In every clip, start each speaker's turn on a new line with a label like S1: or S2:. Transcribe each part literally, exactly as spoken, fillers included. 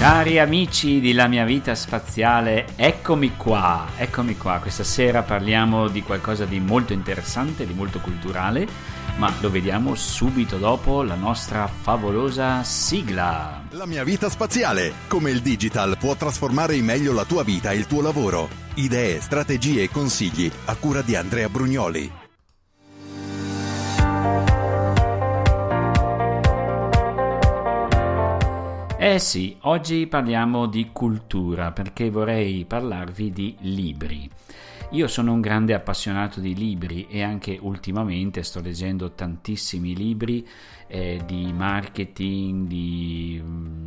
S1: Cari amici di La mia vita spaziale, eccomi qua, eccomi qua. Questa sera parliamo di qualcosa di molto interessante, di molto culturale, ma lo vediamo subito dopo la nostra favolosa sigla.
S2: La mia vita spaziale, come il digital può trasformare in meglio la tua vita e il tuo lavoro. Idee, strategie e consigli a cura di Andrea Brugnoli.
S1: Eh sì, oggi parliamo di cultura perché vorrei parlarvi di libri. Io sono un grande appassionato di libri e anche ultimamente sto leggendo tantissimi libri eh, di marketing, di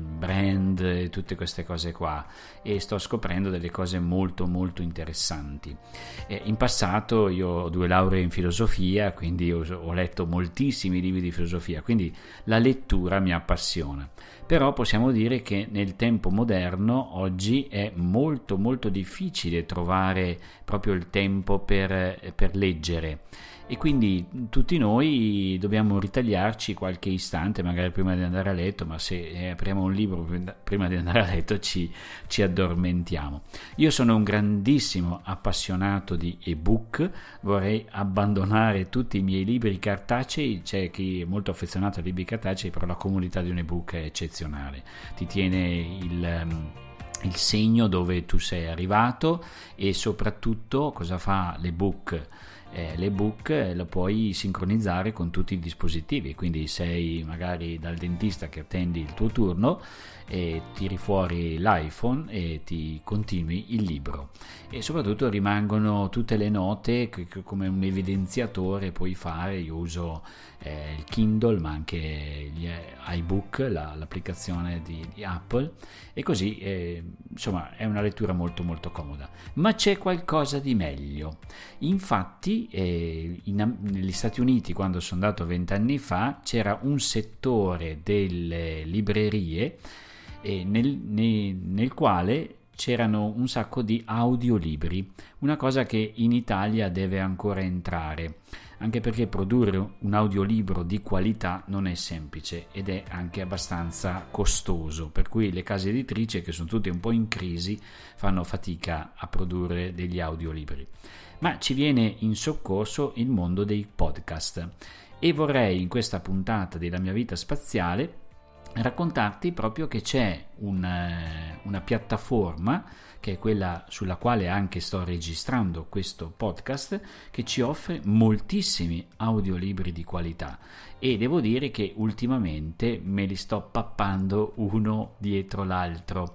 S1: brand e tutte queste cose qua, e sto scoprendo delle cose molto molto interessanti. Eh, in passato io ho due lauree in filosofia, quindi ho, ho letto moltissimi libri di filosofia, quindi la lettura mi appassiona. Però possiamo dire che nel tempo moderno oggi è molto molto difficile trovare proprio il tempo per, per leggere, e quindi tutti noi dobbiamo ritagliarci qualche istante magari prima di andare a letto, ma se apriamo un libro prima di andare a letto ci, ci addormentiamo. Io sono un grandissimo appassionato di ebook, vorrei abbandonare tutti i miei libri cartacei. C'è chi è molto affezionato ai libri cartacei, però la comunità di un ebook è eccezionale, ti tiene il... il segno dove tu sei arrivato, e soprattutto cosa fa l'ebook? Eh, l'ebook lo puoi sincronizzare con tutti i dispositivi, quindi sei magari dal dentista che attendi il tuo turno e tiri fuori l'iPhone e ti continui il libro, e soprattutto rimangono tutte le note che, che come un evidenziatore puoi fare. Io uso eh, il Kindle, ma anche gli iBook, la, l'applicazione di, di Apple, e così eh, insomma è una lettura molto molto comoda. Ma c'è qualcosa di meglio. Infatti eh, in, negli Stati Uniti, quando sono andato vent'anni fa, c'era un settore delle librerie eh, nel, nel, nel quale c'erano un sacco di audiolibri, una cosa che in Italia deve ancora entrare, anche perché produrre un audiolibro di qualità non è semplice ed è anche abbastanza costoso, per cui le case editrici, che sono tutte un po' in crisi, fanno fatica a produrre degli audiolibri. Ma ci viene in soccorso il mondo dei podcast, e vorrei in questa puntata della mia vita spaziale raccontarti proprio che c'è una, una piattaforma, che è quella sulla quale anche sto registrando questo podcast, che ci offre moltissimi audiolibri di qualità, e devo dire che ultimamente me li sto pappando uno dietro l'altro,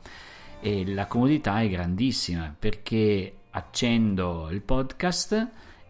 S1: e la comodità è grandissima perché accendo il podcast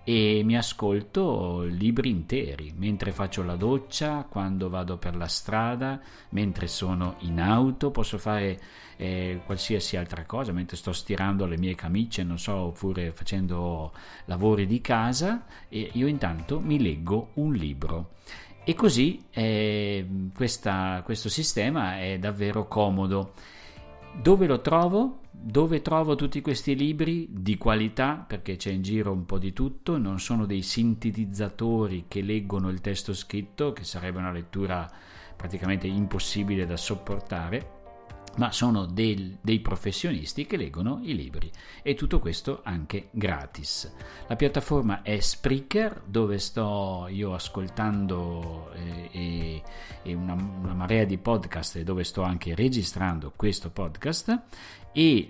S1: e mi ascolto libri interi mentre faccio la doccia, quando vado per la strada, mentre sono in auto, posso fare eh, qualsiasi altra cosa, mentre sto stirando le mie camicie, non so, oppure facendo lavori di casa, e io intanto mi leggo un libro. E così eh, questa, questo sistema è davvero comodo. Dove lo trovo? Dove trovo tutti questi libri di qualità? Perché c'è in giro un po' di tutto, non sono dei sintetizzatori che leggono il testo scritto, che sarebbe una lettura praticamente impossibile da sopportare, ma sono del, dei professionisti che leggono i libri, e tutto questo anche gratis. La piattaforma è Spreaker, dove sto io ascoltando eh, e, e una, una marea di podcast, e dove sto anche registrando questo podcast, e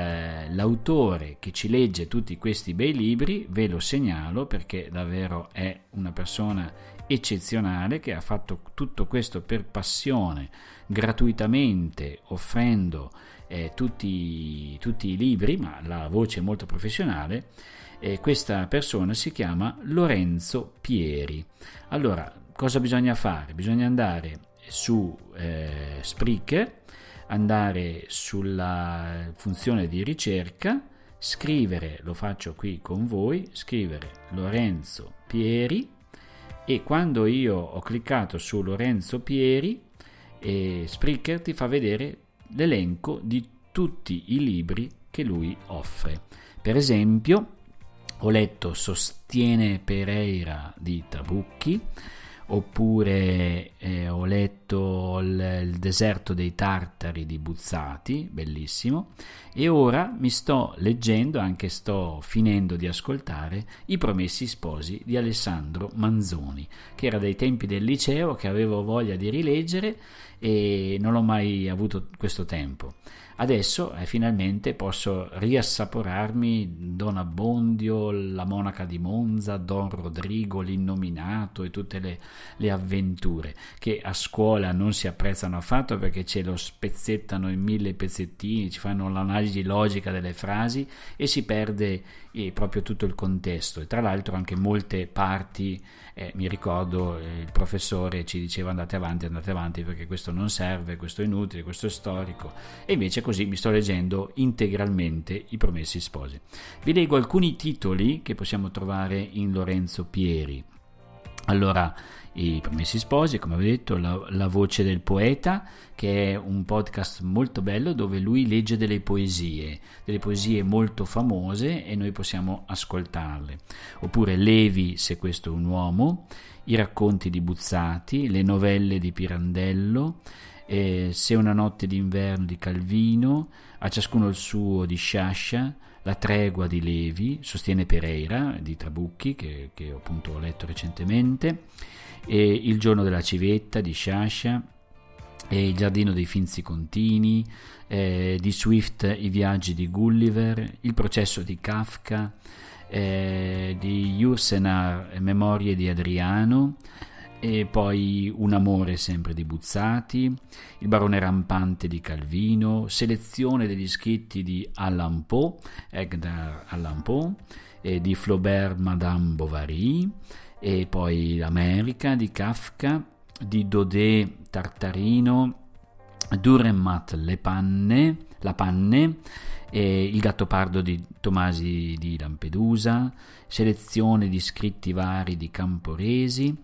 S1: l'autore che ci legge tutti questi bei libri ve lo segnalo perché davvero è una persona eccezionale, che ha fatto tutto questo per passione, gratuitamente, offrendo eh, tutti, tutti i libri, ma la voce è molto professionale. E questa persona si chiama Lorenzo Pieri. Allora, cosa bisogna fare? Bisogna andare su eh, Spreaker, andare sulla funzione di ricerca, scrivere, lo faccio qui con voi, scrivere Lorenzo Pieri, e quando io ho cliccato su Lorenzo Pieri, e Spreaker ti fa vedere l'elenco di tutti i libri che lui offre. Per esempio, ho letto Sostiene Pereira di Trabucchi, oppure eh, ho letto il, il deserto dei Tartari di Buzzati, bellissimo, e ora mi sto leggendo, anche sto finendo di ascoltare, I Promessi Sposi di Alessandro Manzoni, che era dai tempi del liceo, che avevo voglia di rileggere e non ho mai avuto questo tempo. Adesso eh, finalmente posso riassaporarmi Don Abbondio, La monaca di Monza, Don Rodrigo, L'Innominato e tutte le, le avventure che a scuola non si apprezzano affatto, perché ce lo spezzettano in mille pezzettini, ci fanno l'analisi logica delle frasi e si perde eh, proprio tutto il contesto. E tra l'altro anche molte parti, eh, mi ricordo eh, il professore ci diceva andate avanti, andate avanti perché questo non serve, questo è inutile, questo è storico, e invece così mi sto leggendo integralmente I Promessi Sposi. Vi leggo alcuni titoli che possiamo trovare in Lorenzo Pieri. Allora, I Promessi Sposi, come ho detto, la, la voce del poeta, che è un podcast molto bello dove lui legge delle poesie, delle poesie molto famose e noi possiamo ascoltarle. Oppure Levi, se questo è un uomo, i racconti di Buzzati, le novelle di Pirandello, eh, Se una notte d'inverno di Calvino, A ciascuno il suo di Sciascia, La tregua di Levi, sostiene Pereira di Trabucchi, che, che appunto ho letto recentemente, e Il giorno della civetta di Sciascia, e Il giardino dei Finzi Contini, eh, di Swift I viaggi di Gulliver, Il processo di Kafka, eh, di Yourcenar Memorie di Adriano, e poi Un amore sempre di Buzzati, Il barone rampante di Calvino, selezione degli scritti di Allan Poe, Edgar Allan Poe, e di Flaubert Madame Bovary, e poi L'America di Kafka, di Daudet Tartarino, Dürrenmatt Le Panne, La Panne, e Il Gattopardo di Tomasi di Lampedusa, selezione di scritti vari di Camporesi,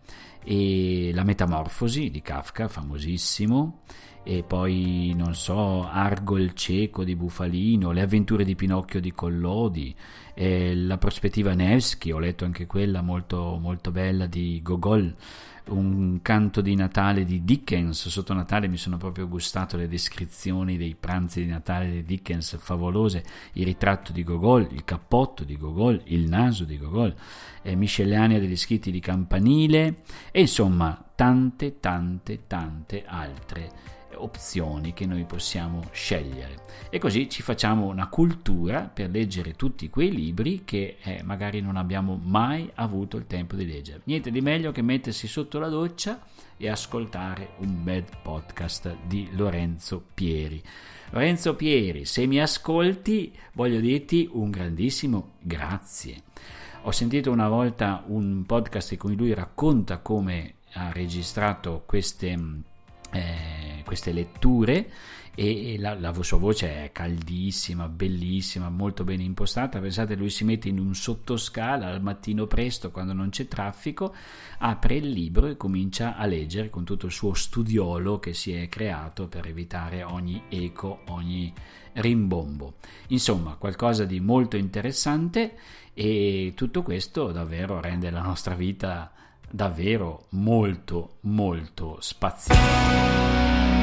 S1: e La Metamorfosi di Kafka, famosissimo, e poi non so, Argo il cieco di Bufalino, Le avventure di Pinocchio di Collodi, eh, La prospettiva Nevsky, ho letto anche quella molto, molto bella, di Gogol, Un canto di Natale di Dickens. Sotto Natale mi sono proprio gustato le descrizioni dei pranzi di Natale di Dickens, favolose, Il ritratto di Gogol, Il cappotto di Gogol, Il naso di Gogol, eh, Miscellanea degli scritti di Campanile, e insomma tante tante tante altre opzioni che noi possiamo scegliere, e così ci facciamo una cultura per leggere tutti quei libri che eh, magari non abbiamo mai avuto il tempo di leggere. Niente di meglio che mettersi sotto la doccia e ascoltare un bel podcast di Lorenzo Pieri. Lorenzo Pieri, se mi ascolti, voglio dirti un grandissimo grazie. Ho sentito una volta un podcast in cui lui racconta come ha registrato queste Eh, queste letture, e la, la sua voce è caldissima, bellissima, molto bene impostata. Pensate, lui si mette in un sottoscala al mattino presto, quando non c'è traffico, apre il libro e comincia a leggere con tutto il suo studiolo che si è creato per evitare ogni eco, ogni rimbombo. Insomma, qualcosa di molto interessante, e tutto questo davvero rende la nostra vita davvero molto molto spaziale.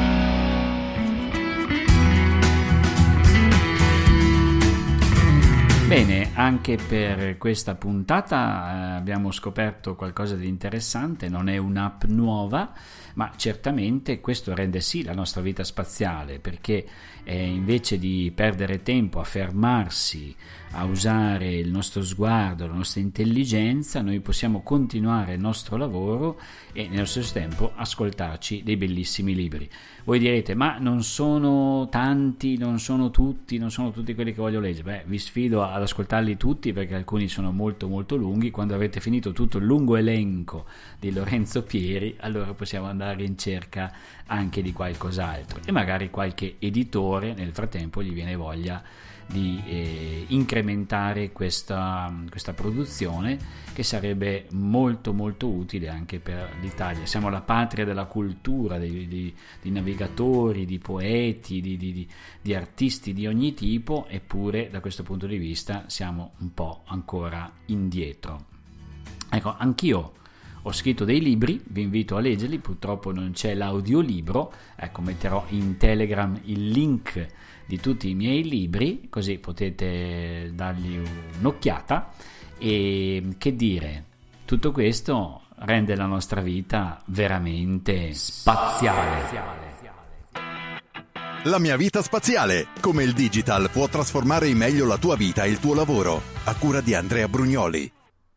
S1: Bene, anche per questa puntata eh, abbiamo scoperto qualcosa di interessante. Non è un'app nuova, ma certamente questo rende sì la nostra vita spaziale, perché eh, invece di perdere tempo a fermarsi a usare il nostro sguardo, la nostra intelligenza, noi possiamo continuare il nostro lavoro e nello stesso tempo ascoltarci dei bellissimi libri. Voi direte, ma non sono tanti, non sono tutti, non sono tutti quelli che voglio leggere. Beh, vi sfido ad ascoltarli tutti, perché alcuni sono molto molto lunghi. Quando avete finito tutto il lungo elenco di Lorenzo Pieri, allora possiamo andare in cerca anche di qualcos'altro, e magari qualche editore nel frattempo gli viene voglia di eh, incrementare questa, questa produzione, che sarebbe molto molto utile anche per l'Italia. Siamo la patria della cultura, di, di, di navigatori, di poeti, di, di, di artisti di ogni tipo, eppure da questo punto di vista siamo un po' ancora indietro. Ecco, anch'io Ho scritto dei libri, vi invito a leggerli, purtroppo non c'è l'audiolibro, ecco, metterò in Telegram il link di tutti i miei libri, così potete dargli un'occhiata. E che dire, tutto questo rende la nostra vita veramente spaziale.
S2: La mia vita spaziale, come il digital può trasformare in meglio la tua vita e il tuo lavoro, a cura di Andrea Brugnoli.